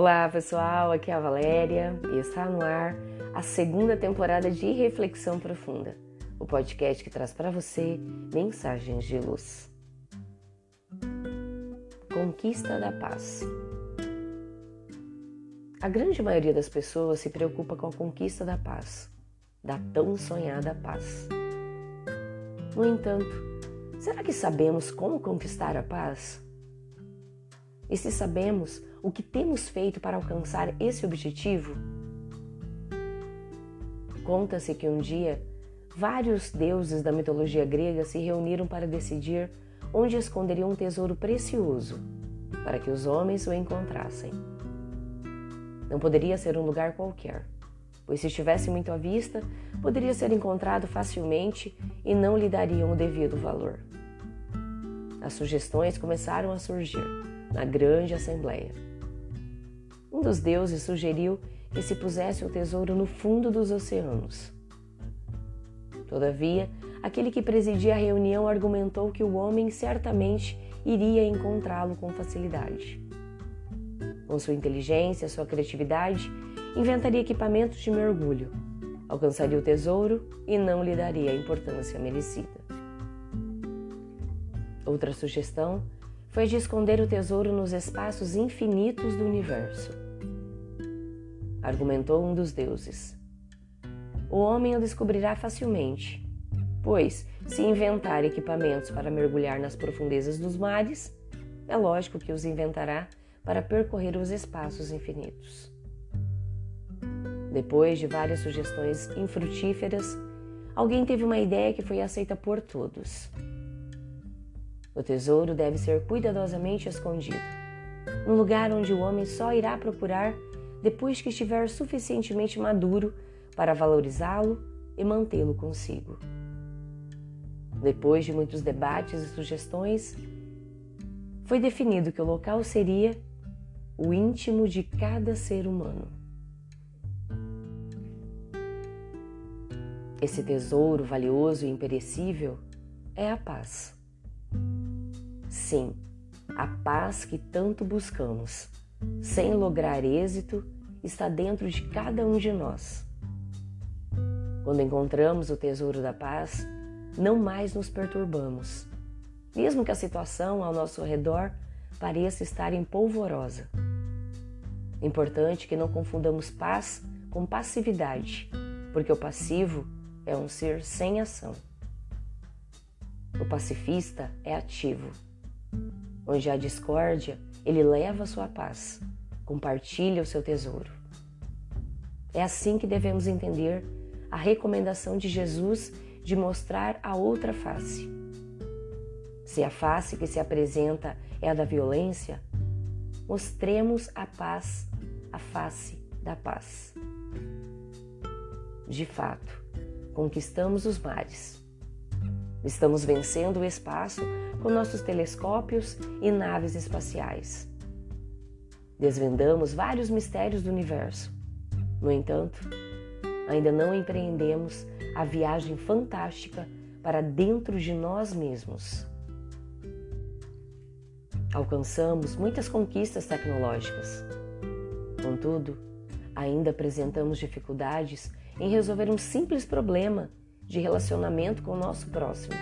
Olá pessoal, aqui é a Valéria e está no ar a segunda temporada de Reflexão Profunda, o podcast que traz para você mensagens de luz. Conquista da paz. A grande maioria das pessoas se preocupa com a conquista da paz, da tão sonhada paz. No entanto, será que sabemos como conquistar a paz? E se sabemos o que temos feito para alcançar esse objetivo? Conta-se que um dia, vários deuses da mitologia grega se reuniram para decidir onde esconderiam um tesouro precioso, para que os homens o encontrassem. Não poderia ser um lugar qualquer, pois se estivesse muito à vista, poderia ser encontrado facilmente e não lhe dariam o devido valor. As sugestões começaram a surgir na grande assembleia. Um dos deuses sugeriu que se pusesse o tesouro no fundo dos oceanos. Todavia, aquele que presidia a reunião argumentou que o homem certamente iria encontrá-lo com facilidade. Com sua inteligência, sua criatividade, inventaria equipamentos de mergulho, alcançaria o tesouro e não lhe daria a importância merecida. Outra sugestão foi de esconder o tesouro nos espaços infinitos do universo. Argumentou um dos deuses. O homem o descobrirá facilmente, pois, se inventar equipamentos para mergulhar nas profundezas dos mares, é lógico que os inventará para percorrer os espaços infinitos. Depois de várias sugestões infrutíferas, alguém teve uma ideia que foi aceita por todos. O tesouro deve ser cuidadosamente escondido, num lugar onde o homem só irá procurar depois que estiver suficientemente maduro para valorizá-lo e mantê-lo consigo. Depois de muitos debates e sugestões, foi definido que o local seria o íntimo de cada ser humano. Esse tesouro valioso e imperecível é a paz. Sim, a paz que tanto buscamos, sem lograr êxito, está dentro de cada um de nós. Quando encontramos o tesouro da paz, não mais nos perturbamos, mesmo que a situação ao nosso redor pareça estar empolvorosa. É importante que não confundamos paz com passividade, porque o passivo é um ser sem ação. O pacifista é ativo. Onde há discórdia, ele leva a sua paz, compartilha o seu tesouro. É assim que devemos entender a recomendação de Jesus de mostrar a outra face. Se a face que se apresenta é a da violência, mostremos a paz, a face da paz. De fato, conquistamos os mares. Estamos vencendo o espaço com nossos telescópios e naves espaciais. Desvendamos vários mistérios do universo. No entanto, ainda não empreendemos a viagem fantástica para dentro de nós mesmos. Alcançamos muitas conquistas tecnológicas. Contudo, ainda apresentamos dificuldades em resolver um simples problema de relacionamento com o nosso próximo.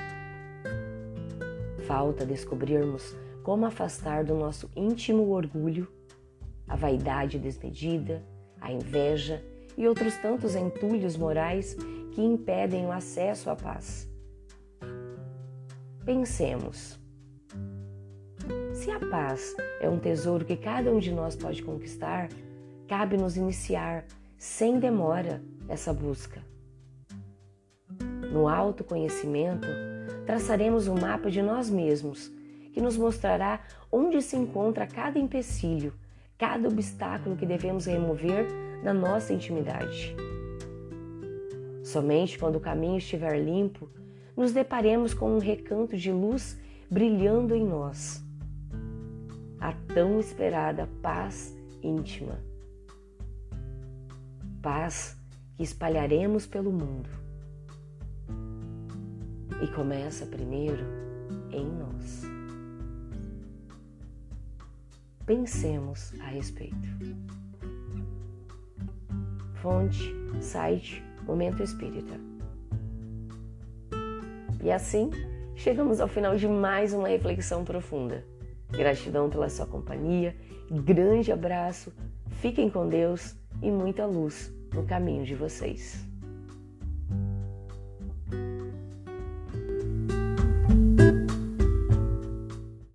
Falta descobrirmos como afastar do nosso íntimo o orgulho, a vaidade desmedida, a inveja e outros tantos entulhos morais que impedem o acesso à paz. Pensemos. Se a paz é um tesouro que cada um de nós pode conquistar, cabe-nos iniciar, sem demora, essa busca. No autoconhecimento, traçaremos um mapa de nós mesmos, que nos mostrará onde se encontra cada empecilho, cada obstáculo que devemos remover na nossa intimidade. Somente quando o caminho estiver limpo, nos deparemos com um recanto de luz brilhando em nós. A tão esperada paz íntima. Paz que espalharemos pelo mundo. E começa primeiro em nós. pensemos a respeito. Fonte, site, Momento Espírita. E assim, chegamos ao final de mais uma reflexão profunda. Gratidão pela sua companhia, grande abraço, fiquem com Deus e muita luz no caminho de vocês.